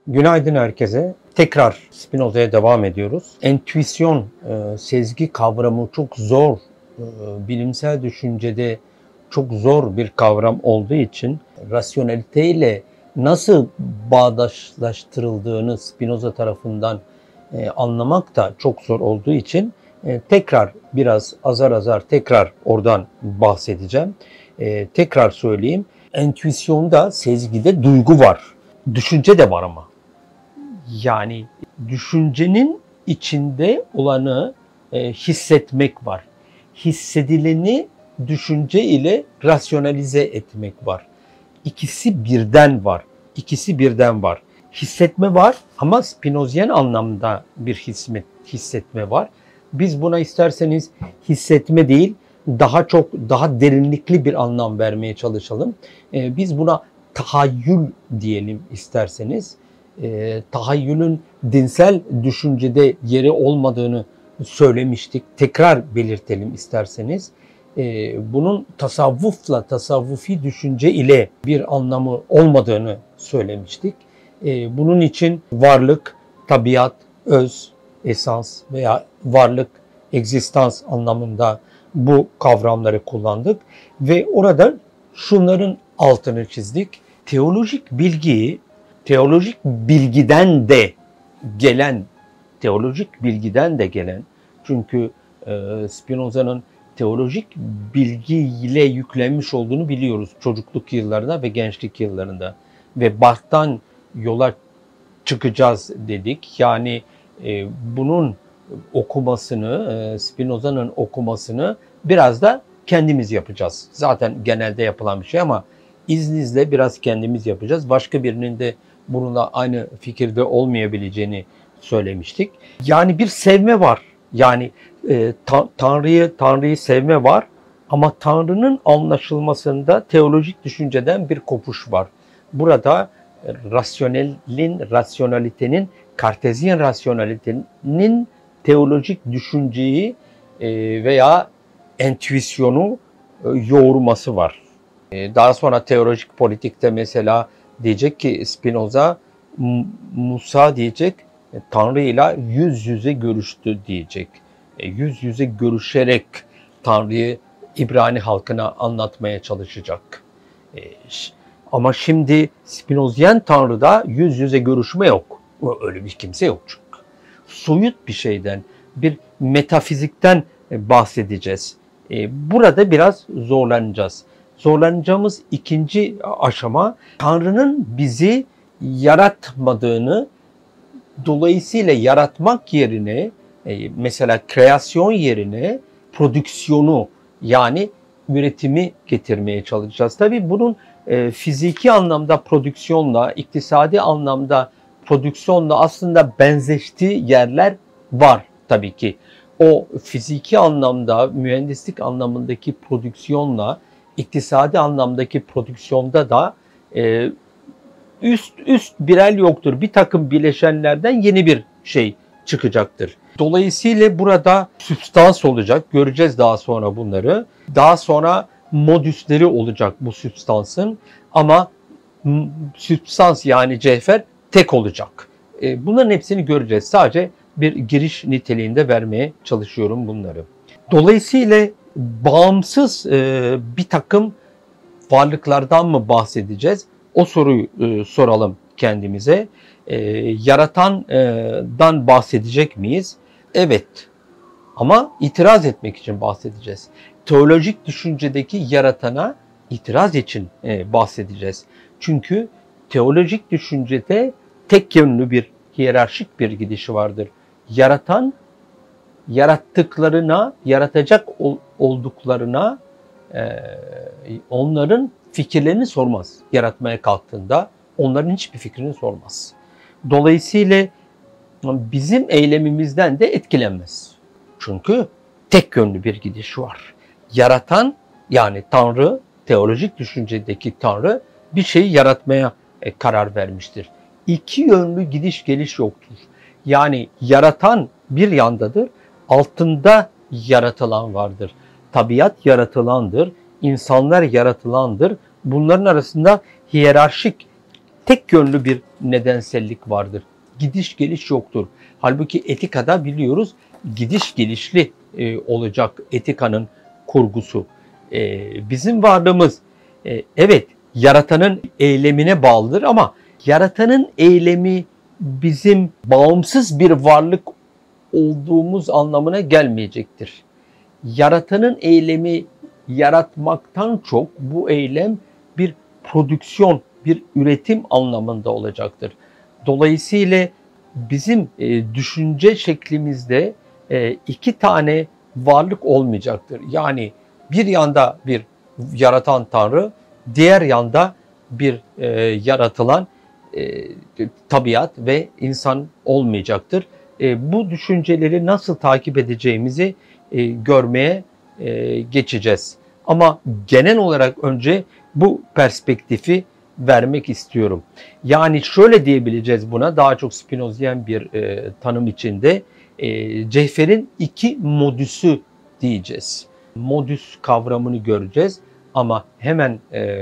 Günaydın herkese. Tekrar Spinoza'ya devam ediyoruz. Entüisyon, sezgi kavramı çok zor, bilimsel düşüncede çok zor bir kavram olduğu için rasyoneliteyle nasıl bağdaşlaştırıldığını Spinoza tarafından anlamak da çok zor olduğu için tekrar biraz azar azar tekrar oradan bahsedeceğim. Tekrar söyleyeyim. Entüisyonda, sezgide duygu var. Düşünce de var ama. Yani düşüncenin içinde olanı hissetmek var. Hissedileni düşünce ile rasyonalize etmek var. İkisi birden var. İkisi birden var. Hissetme var ama Spinozyen anlamda bir hissetme var. Biz buna isterseniz hissetme değil, daha derinlikli bir anlam vermeye çalışalım. Biz buna tahayyül diyelim isterseniz. Tahayyülün dinsel düşüncede yeri olmadığını söylemiştik. Tekrar belirtelim isterseniz. Bunun tasavvufi düşünce ile bir anlamı olmadığını söylemiştik. Bunun için varlık, tabiat, öz, esans veya varlık, egzistans anlamında bu kavramları kullandık. Ve orada şunların altını çizdik. Teolojik bilgiden de gelen, çünkü Spinoza'nın teolojik bilgiyle yüklenmiş olduğunu biliyoruz çocukluk yıllarında ve gençlik yıllarında. Ve Barth'tan yola çıkacağız dedik. Yani bunun okumasını, Spinoza'nın okumasını biraz da kendimiz yapacağız. Zaten genelde yapılan bir şey ama izninizle biraz kendimiz yapacağız. Başka birinin de bununla aynı fikirde olmayabileceğini söylemiştik. Yani bir sevme var. Yani Tanrı'yı sevme var. Ama Tanrı'nın anlaşılmasında teolojik düşünceden bir kopuş var. Burada rasyonalitenin, kartezyen rasyonalitenin teolojik düşünceyi veya entüisyonu yoğurması var. Daha sonra teolojik politikte mesela diyecek ki Spinoza, Musa diyecek Tanrı ile yüz yüze görüştü diyecek. Yüz yüze görüşerek Tanrı'yı İbrani halkına anlatmaya çalışacak. Ama şimdi Spinozyen Tanrı'da yüz yüze görüşme yok. Öyle bir kimse yok çünkü. Soyut bir şeyden, bir metafizikten bahsedeceğiz. Burada biraz zorlanacağız. Zorlanacağımız ikinci aşama, Tanrı'nın bizi yaratmadığını, dolayısıyla yaratmak yerine, mesela kreasyon yerine prodüksiyonu, yani üretimi getirmeye çalışacağız. Tabii bunun fiziki anlamda prodüksiyonla, iktisadi anlamda prodüksiyonla aslında benzeştiği yerler var tabii ki. O fiziki anlamda, mühendislik anlamındaki prodüksiyonla, iktisadi anlamdaki prodüksiyonda da üst birel yoktur. Bir takım bileşenlerden yeni bir şey çıkacaktır. Dolayısıyla burada sübstans olacak. Göreceğiz daha sonra bunları. Daha sonra modüsleri olacak bu sübstansın. Ama sübstans yani cevher tek olacak. Bunların hepsini göreceğiz. Sadece bir giriş niteliğinde vermeye çalışıyorum bunları. Dolayısıyla bağımsız bir takım varlıklardan mı bahsedeceğiz? O soruyu soralım kendimize. Yaratandan bahsedecek miyiz? Evet. Ama itiraz etmek için bahsedeceğiz. Teolojik düşüncedeki yaratana itiraz için bahsedeceğiz. Çünkü teolojik düşüncede tek yönlü bir hiyerarşik bir gidişi vardır. Yaratan yarattıklarına, yaratacak olduklarına onların fikirlerini sormaz. Yaratmaya kalktığında onların hiçbir fikrini sormaz. Dolayısıyla bizim eylemimizden de etkilenmez. Çünkü tek yönlü bir gidiş var. Yaratan, yani Tanrı, teolojik düşüncedeki Tanrı bir şeyi yaratmaya karar vermiştir. İki yönlü gidiş geliş yoktur. Yani yaratan bir yandadır, altında yaratılan vardır. Tabiat yaratılandır, insanlar yaratılandır. Bunların arasında hiyerarşik tek yönlü bir nedensellik vardır. Gidiş geliş yoktur. Halbuki etikada biliyoruz gidiş gelişli olacak etikanın kurgusu. Bizim varlığımız evet yaratanın eylemine bağlıdır ama yaratanın eylemi bizim bağımsız bir varlık olduğumuz anlamına gelmeyecektir. Yaratanın eylemi yaratmaktan çok bu eylem bir prodüksiyon, bir üretim anlamında olacaktır. Dolayısıyla bizim düşünce şeklimizde iki tane varlık olmayacaktır. Yani bir yanda bir yaratan Tanrı, diğer yanda bir yaratılan tabiat ve insan olmayacaktır. Bu düşünceleri nasıl takip edeceğimizi görmeye geçeceğiz. Ama genel olarak önce bu perspektifi vermek istiyorum. Yani şöyle diyebileceğiz buna, daha çok Spinozyen bir tanım içinde cevherin iki modüsü diyeceğiz. Modüs kavramını göreceğiz ama hemen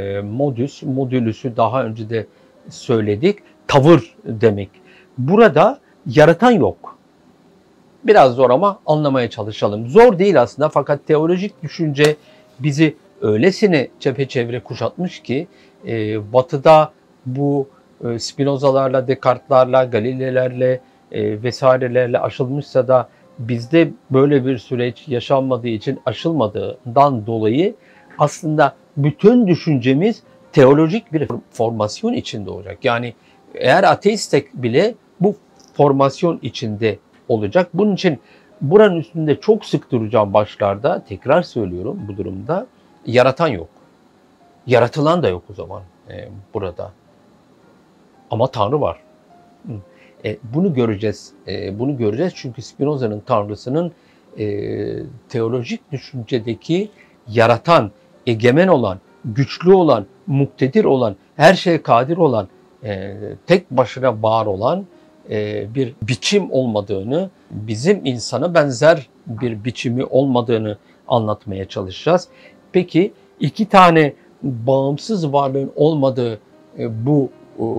modülüsü daha önce de söyledik. Tavır demek. Burada yaratan yok. Biraz zor ama anlamaya çalışalım. Zor değil aslında fakat teolojik düşünce bizi öylesine çepeçevre kuşatmış ki Batı'da bu Spinozalarla, Descartes'larla, Galilelerle vesairelerle aşılmışsa da bizde böyle bir süreç yaşanmadığı için aşılmadığından dolayı aslında bütün düşüncemiz teolojik bir formasyon içinde olacak. Yani eğer ateistek bile bu formasyon içinde olacak. Bunun için buranın üstünde çok sık duracağım başlarda, tekrar söylüyorum bu durumda, yaratan yok. Yaratılan da yok o zaman burada. Ama Tanrı var. Bunu göreceğiz. Bunu göreceğiz çünkü Spinoza'nın Tanrısının teolojik düşüncedeki yaratan, egemen olan, güçlü olan, muktedir olan, her şeye kadir olan, tek başına var olan bir biçim olmadığını, bizim insana benzer bir biçimi olmadığını anlatmaya çalışacağız. Peki iki tane bağımsız varlığın olmadığı bu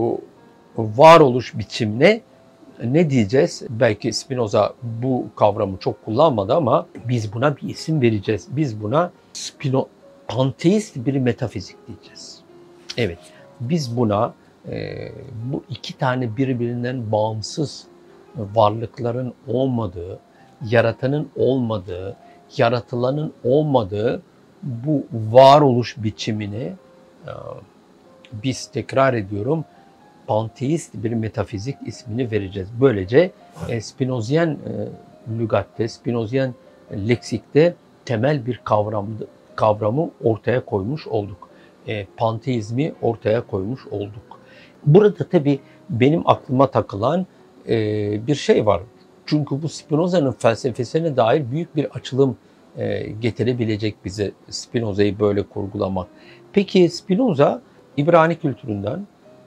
varoluş biçimine ne diyeceğiz? Belki Spinoza bu kavramı çok kullanmadı ama biz buna bir isim vereceğiz. Biz buna panteist bir metafizik diyeceğiz. Evet, biz buna bu iki tane birbirinden bağımsız varlıkların olmadığı, yaratanın olmadığı, yaratılanın olmadığı bu varoluş biçimine biz, tekrar ediyorum, panteist bir metafizik ismini vereceğiz. Böylece Spinozyen lügatte, Spinozyen leksikte temel bir kavramı ortaya koymuş olduk. Panteizmi ortaya koymuş olduk. Burada tabii benim aklıma takılan bir şey var. Çünkü bu Spinoza'nın felsefesine dair büyük bir açılım getirebilecek bize Spinoza'yı böyle kurgulamak. Peki Spinoza İbrani kültüründen,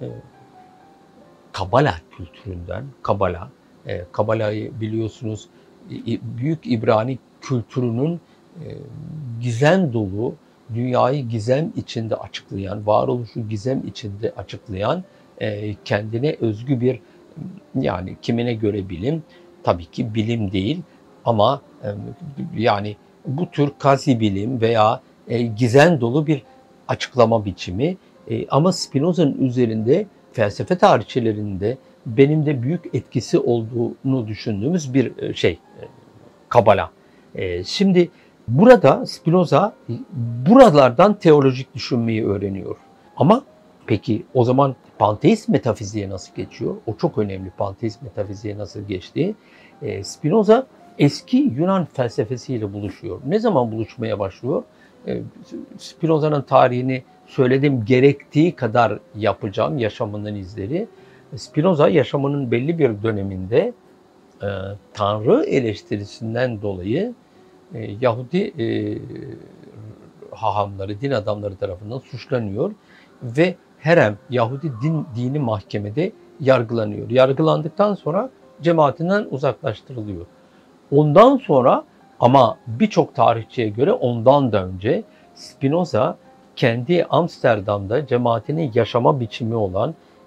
Kabala kültüründen, Kabala'yı biliyorsunuz büyük İbrani kültürünün gizem dolu, dünyayı gizem içinde açıklayan, varoluşu gizem içinde açıklayan, kendine özgü bir, yani kimine göre bilim, tabii ki bilim değil ama yani bu tür kazi bilim veya gizem dolu bir açıklama biçimi. Ama Spinoza'nın üzerinde felsefe tarihçilerinde benim de büyük etkisi olduğunu düşündüğümüz bir şey, Kabala. Şimdi burada Spinoza buralardan teolojik düşünmeyi öğreniyor. Ama peki o zaman panteist metafiziğe nasıl geçiyor? O çok önemli, panteist metafiziğe nasıl geçti? Spinoza eski Yunan felsefesiyle buluşuyor. Ne zaman buluşmaya başlıyor? Spinoza'nın tarihini söyledim, gerektiği kadar yapacağım, yaşamının izleri. Spinoza yaşamının belli bir döneminde Tanrı eleştirisinden dolayı Yahudi hahamları, din adamları tarafından suçlanıyor ve herem, Yahudi dini mahkemede yargılanıyor. Yargılandıktan sonra cemaatinden uzaklaştırılıyor. Ondan sonra ama birçok tarihçiye göre ondan da önce Spinoza kendi Amsterdam'da cemaatinin yaşama biçimi olan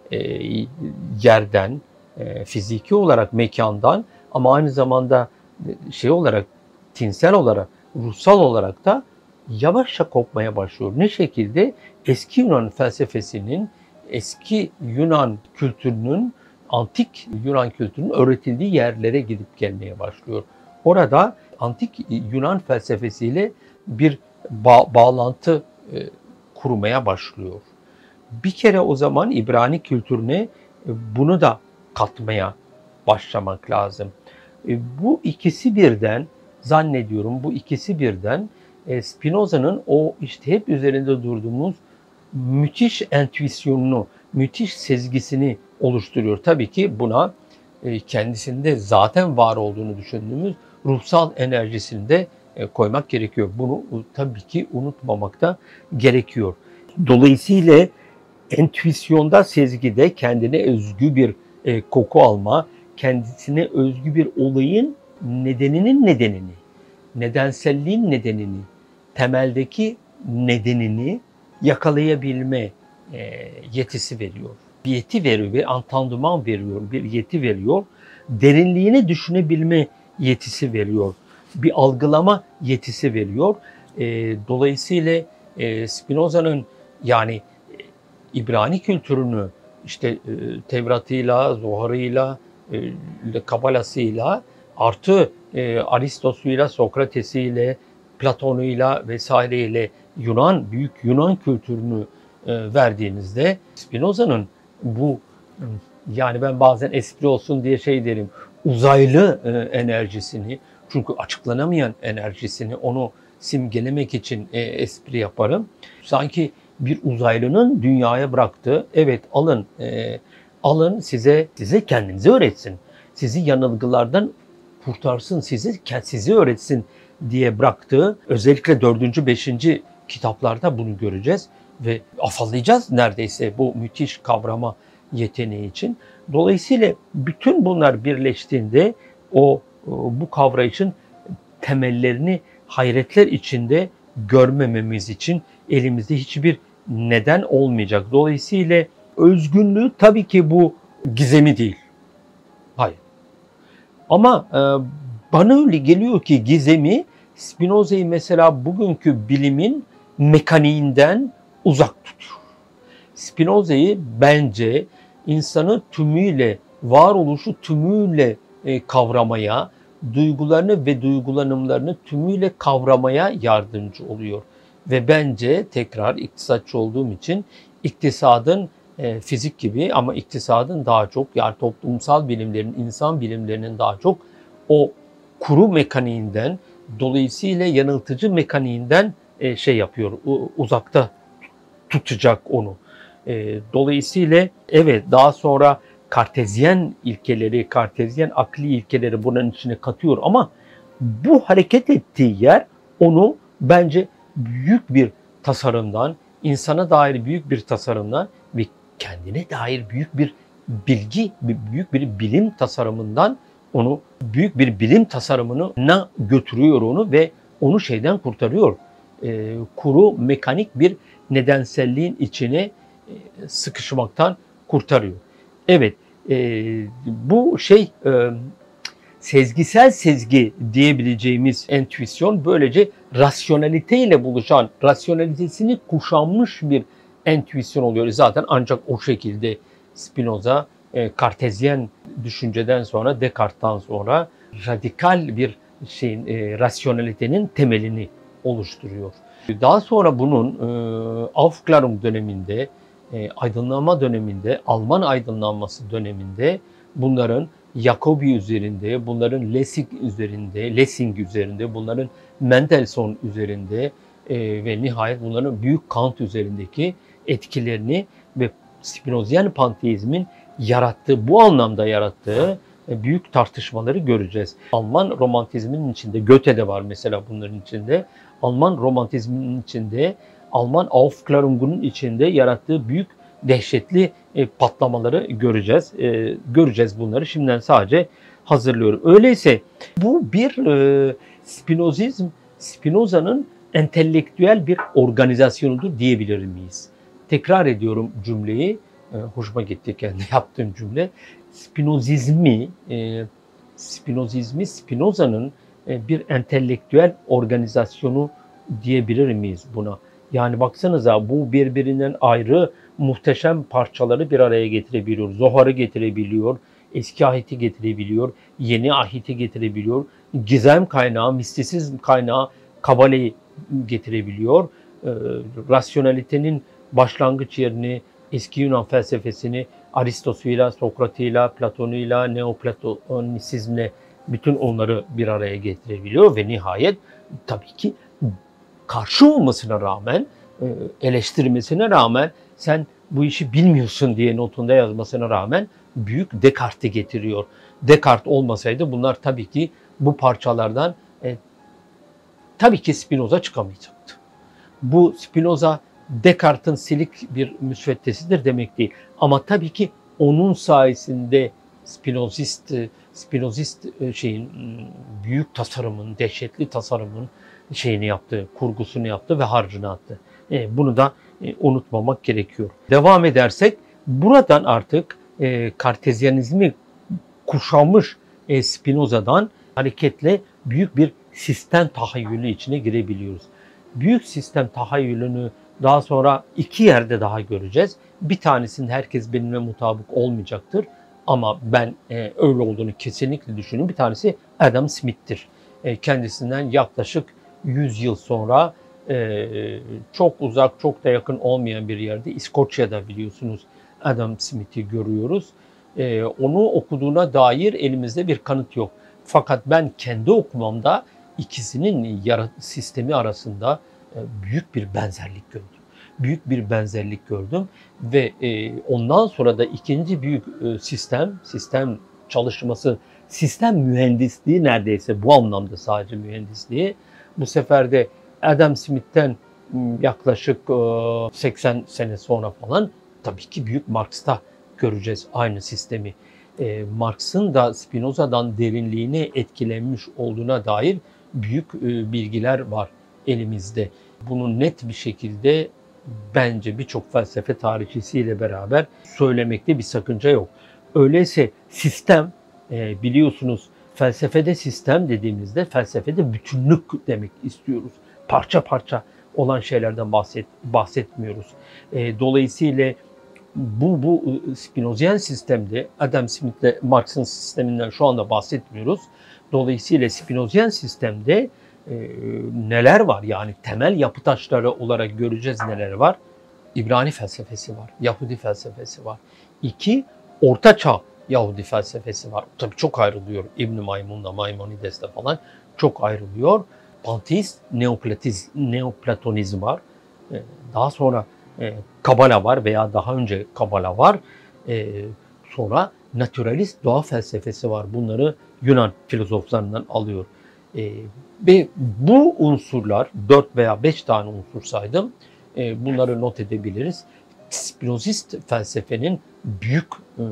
yerden, fiziki olarak mekandan ama aynı zamanda şey olarak, tinsel olarak, ruhsal olarak da yavaşça kopmaya başlıyor. Ne şekilde? Eski Yunan felsefesinin, eski Yunan kültürünün, antik Yunan kültürünün öğretildiği yerlere gidip gelmeye başlıyor. Orada antik Yunan felsefesiyle bir bağlantı kurmaya başlıyor. Bir kere o zaman İbrani kültürüne bunu da katmaya başlamak lazım. Bu ikisi birden, zannediyorum bu ikisi birden Spinoza'nın o işte hep üzerinde durduğumuz müthiş entüisyonunu, müthiş sezgisini oluşturuyor. Tabii ki buna kendisinde zaten var olduğunu düşündüğümüz ruhsal enerjisini de koymak gerekiyor. Bunu tabii ki unutmamak da gerekiyor. Dolayısıyla entüisyonda, sezgide kendine özgü bir koku alma, kendisine özgü bir olayın nedenini, nedenselliğin nedenini, temeldeki nedenini yakalayabilme yetisi veriyor. Bir yeti veriyor, bir entendement veriyor, bir yeti veriyor. Derinliğini düşünebilme yetisi veriyor. Bir algılama yetisi veriyor. Dolayısıyla Spinoza'nın yani İbrani kültürünü işte Tevrat'ıyla, Zohar'ıyla, Kabala'sıyla artı Aristos'uyla, Sokrates'iyle, Platon'uyla vesaireyle büyük Yunan kültürünü verdiğinizde Spinoza'nın bu yani ben bazen espri olsun diye şey derim uzaylı enerjisini çünkü açıklanamayan enerjisini onu simgelemek için espri yaparım. Sanki bir uzaylının dünyaya bıraktığı evet alın size kendinizi öğretsin. Sizi yanılgılardan kurtarsın, sizi öğretsin diye bıraktığı özellikle 4. 5. kitaplarda bunu göreceğiz ve afallayacağız neredeyse bu müthiş kavrama yeteneği için. Dolayısıyla bütün bunlar birleştiğinde bu kavrayışın temellerini hayretler içinde görmememiz için elimizde hiçbir neden olmayacak. Dolayısıyla özgünlüğü tabii ki bu gizemi değil. Hayır. Ama bana öyle geliyor ki gizemi Spinoza'yı mesela bugünkü bilimin mekaniğinden uzak tutuyor. Spinoza'yı bence insanı tümüyle, varoluşu tümüyle kavramaya, duygularını ve duygulanımlarını tümüyle kavramaya yardımcı oluyor. Ve bence tekrar iktisatçı olduğum için iktisadın fizik gibi ama iktisadın daha çok yani toplumsal bilimlerin, insan bilimlerinin daha çok o kuru mekaniğinden dolayısıyla yanıltıcı mekaniğinden şey yapıyor, uzakta tutacak onu. Dolayısıyla evet daha sonra kartezyen ilkeleri, kartezyen akli ilkeleri bunun içine katıyor ama bu hareket ettiği yer onu bence büyük bir tasarımdan, insana dair büyük bir tasarımdan ve kendine dair büyük bir bilgi, büyük bir bilim tasarımından onu büyük bir bilim tasarımına götürüyor onu ve onu şeyden kurtarıyor. Kuru mekanik bir nedenselliğin içine sıkışmaktan kurtarıyor. Evet, bu sezgisel sezgi diyebileceğimiz entüisyon böylece rasyoneliteyle buluşan, rasyonalitesini kuşanmış bir entüisyon oluyor. Zaten ancak o şekilde Spinoza kartezyen düşünceden sonra, Descartes'tan sonra radikal bir rasyonelitenin temelini oluşturuyor. Daha sonra bunun Aufklärung döneminde, aydınlanma döneminde, Alman aydınlanması döneminde bunların Jacobi üzerinde, bunların Lessing üzerinde, bunların Mendelssohn üzerinde ve nihayet bunların Büyük Kant üzerindeki etkilerini ve Spinozyen panteizmin bu anlamda yarattığı büyük tartışmaları göreceğiz. Alman romantizminin içinde, Goethe de var mesela bunların içinde, Alman romantizminin içinde, Alman Aufklärung'un içinde yarattığı büyük dehşetli patlamaları göreceğiz. Göreceğiz bunları. Şimdiden sadece hazırlıyorum. Öyleyse bu bir Spinozizm, Spinoza'nın entelektüel bir organizasyonudur diyebilir miyiz? Tekrar ediyorum cümleyi. hoşuma gitti kendi yaptığım cümle. Spinozizmi, Spinoza'nın bir entelektüel organizasyonu diyebilir miyiz buna? Yani baksanıza bu birbirinden ayrı muhteşem parçaları bir araya getirebiliyor. Zohar'ı getirebiliyor, eski ahiti getirebiliyor, yeni ahiti getirebiliyor, gizem kaynağı, mistisizm kaynağı Kabale'yi getirebiliyor. Rasyonalitenin başlangıç yerini, eski Yunan felsefesini Aristos'uyla, Sokrat'ıyla, Platon'uyla, Neoplatonisizmle bütün onları bir araya getirebiliyor ve nihayet tabii ki karşı olmasına rağmen, eleştirmesine rağmen sen bu işi bilmiyorsun diye notunda yazmasına rağmen büyük Descartes'i getiriyor. Descartes olmasaydı bunlar tabii ki bu parçalardan tabii ki Spinoza çıkamayacaktı. Bu Spinoza Descartes'in silik bir müsveddesidir demek değil. Ama tabii ki onun sayesinde Spinozist şeyin büyük tasarımın, dehşetli tasarımın şeyini yaptı, kurgusunu yaptı ve harcını attı. Bunu da unutmamak gerekiyor. Devam edersek buradan artık Kartezyanizmi kuşanmış Spinoza'dan hareketle büyük bir sistem tahayyülü içine girebiliyoruz. Büyük sistem tahayyülünü daha sonra iki yerde daha göreceğiz. Bir tanesinde herkes benimle mutabık olmayacaktır. Ama ben öyle olduğunu kesinlikle düşünüyorum. Bir tanesi Adam Smith'tir. Kendisinden yaklaşık 100 yıl sonra çok uzak, çok da yakın olmayan bir yerde İskoçya'da biliyorsunuz Adam Smith'i görüyoruz. Onu okuduğuna dair elimizde bir kanıt yok. Fakat ben kendi okumamda ikisinin sistemi arasında büyük bir benzerlik gördüm. Büyük bir benzerlik gördüm ve ondan sonra da ikinci büyük sistem çalışması, sistem mühendisliği neredeyse bu anlamda sadece mühendisliği. Bu sefer de Adam Smith'ten yaklaşık 80 sene sonra falan tabii ki büyük Marx'ta göreceğiz aynı sistemi. Marx'ın da Spinoza'dan derinliğine etkilenmiş olduğuna dair büyük bilgiler var elimizde. Bunu net bir şekilde bence birçok felsefe tarihçisiyle beraber söylemekte bir sakınca yok. Öyleyse sistem, biliyorsunuz felsefede sistem dediğimizde felsefede bütünlük demek istiyoruz. Parça parça olan şeylerden bahsetmiyoruz. Dolayısıyla bu Spinozyen sistemde Adam Smith'le Marx'ın sisteminden şu anda bahsetmiyoruz. Dolayısıyla Spinozyen sistemde neler var? Yani temel yapı taşları olarak göreceğiz neler var. İbrani felsefesi var, Yahudi felsefesi var. İki, Orta Çağ Yahudi felsefesi var. Tabii çok ayrılıyor. İbn-i Maymun'la, Maimonides'le falan çok ayrılıyor. Panteist, Neoplatonizm var. Daha sonra Kabala var veya daha önce Kabala var. Sonra naturalist doğa felsefesi var. Bunları Yunan filozoflarından alıyor. Ve bu unsurlar 4 veya 5 tane unsur saydım. Bunları not edebiliriz. Spinozist felsefenin büyük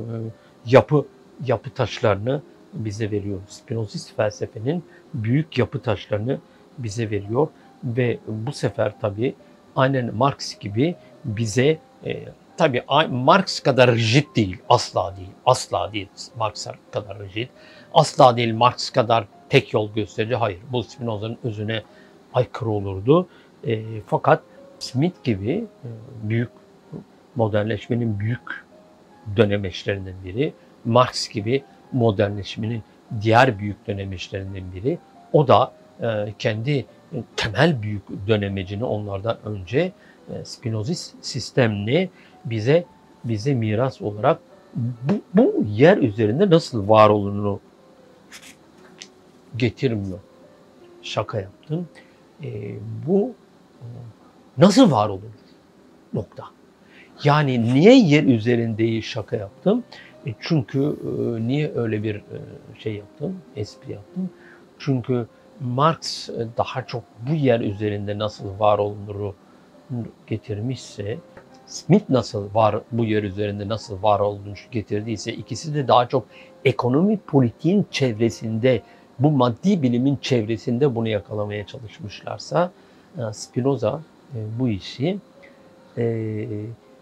yapı taşlarını bize veriyor. Spinozist felsefenin büyük yapı taşlarını bize veriyor ve bu sefer tabii aynen Marx gibi bize tabii Marx kadar rigid değil, asla değil Marx kadar rigid, asla değil Marx kadar tek yol gösterici, hayır bu Spinoza'nın özüne aykırı olurdu. Fakat Smith gibi büyük modernleşmenin büyük dönemeçlerinden biri, Marx gibi modernleşmenin diğer büyük dönemeçlerinden biri, o da kendi temel büyük dönemecini onlardan önce Spinozist sistemini bize miras olarak bu yer üzerinde nasıl var olduğunu getirmiyor. Şaka yaptım. Bu nasıl var olur? Nokta. Yani niye yer üzerindeyi şaka yaptım? Çünkü niye öyle bir şey yaptım, espri yaptım? Çünkü Marx daha çok bu yer üzerinde nasıl var olunuru getirmişse, Smith nasıl bu yer üzerinde nasıl var olduğunu getirdiyse, ikisi de daha çok ekonomi politiğin çevresinde, bu maddi bilimin çevresinde bunu yakalamaya çalışmışlarsa, Spinoza bu işi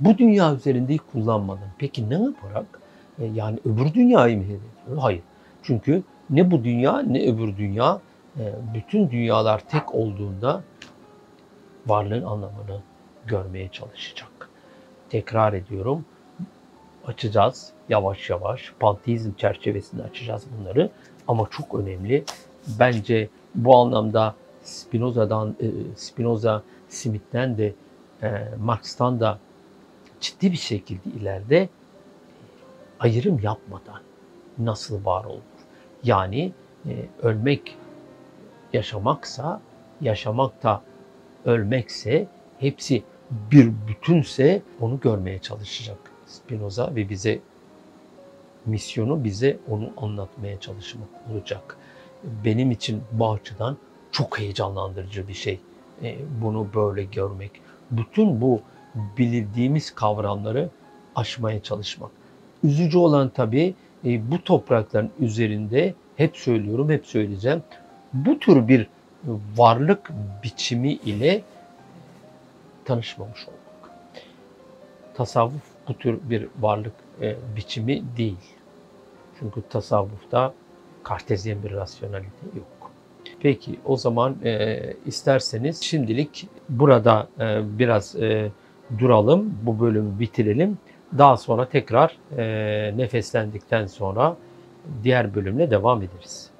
Bu dünya üzerinde kullanmadan peki ne yaparak? Yani öbür dünyayı mı hedefliyor? Hayır. Çünkü ne bu dünya ne öbür dünya, bütün dünyalar tek olduğunda varlığın anlamını görmeye çalışacak. Tekrar ediyorum, açacağız yavaş yavaş. Panteizm çerçevesinde açacağız bunları. Ama çok önemli. Bence bu anlamda Spinoza, Smith'ten de Marx'tan da ciddi bir şekilde ileride ayrım yapmadan nasıl var olur? Yani ölmek yaşamaksa, yaşamak da ölmekse, hepsi bir bütünse onu görmeye çalışacak Spinoza ve misyonu bize onu anlatmaya çalışmak olacak. Benim için bu açıdan çok heyecanlandırıcı bir şey. Bunu böyle görmek. Bütün bu bildiğimiz kavramları aşmaya çalışmak. Üzücü olan tabii bu toprakların üzerinde hep söylüyorum, hep söyleyeceğim. Bu tür bir varlık biçimi ile tanışmamış olmak. Tasavvuf bu tür bir varlık biçimi değil. Çünkü tasavvufta kartezyen bir rasyonelite yok. Peki o zaman isterseniz şimdilik burada biraz duralım, bu bölümü bitirelim. Daha sonra tekrar nefeslendikten sonra diğer bölümle devam ederiz.